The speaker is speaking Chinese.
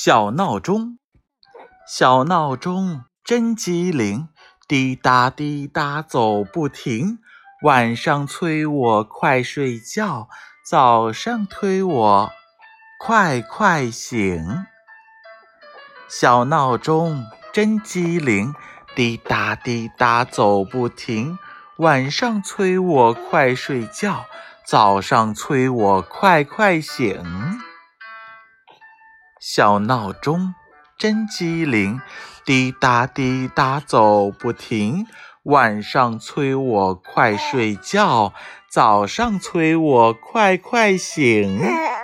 小闹钟，小闹钟真机灵，滴答滴答走不停。晚上催我快睡觉，早上推我快快醒。小闹钟真机灵，滴答滴答走不停。晚上催我快睡觉，早上催我快快醒。小闹钟真机灵，滴答滴答走不停。晚上催我快睡觉，早上催我快快醒。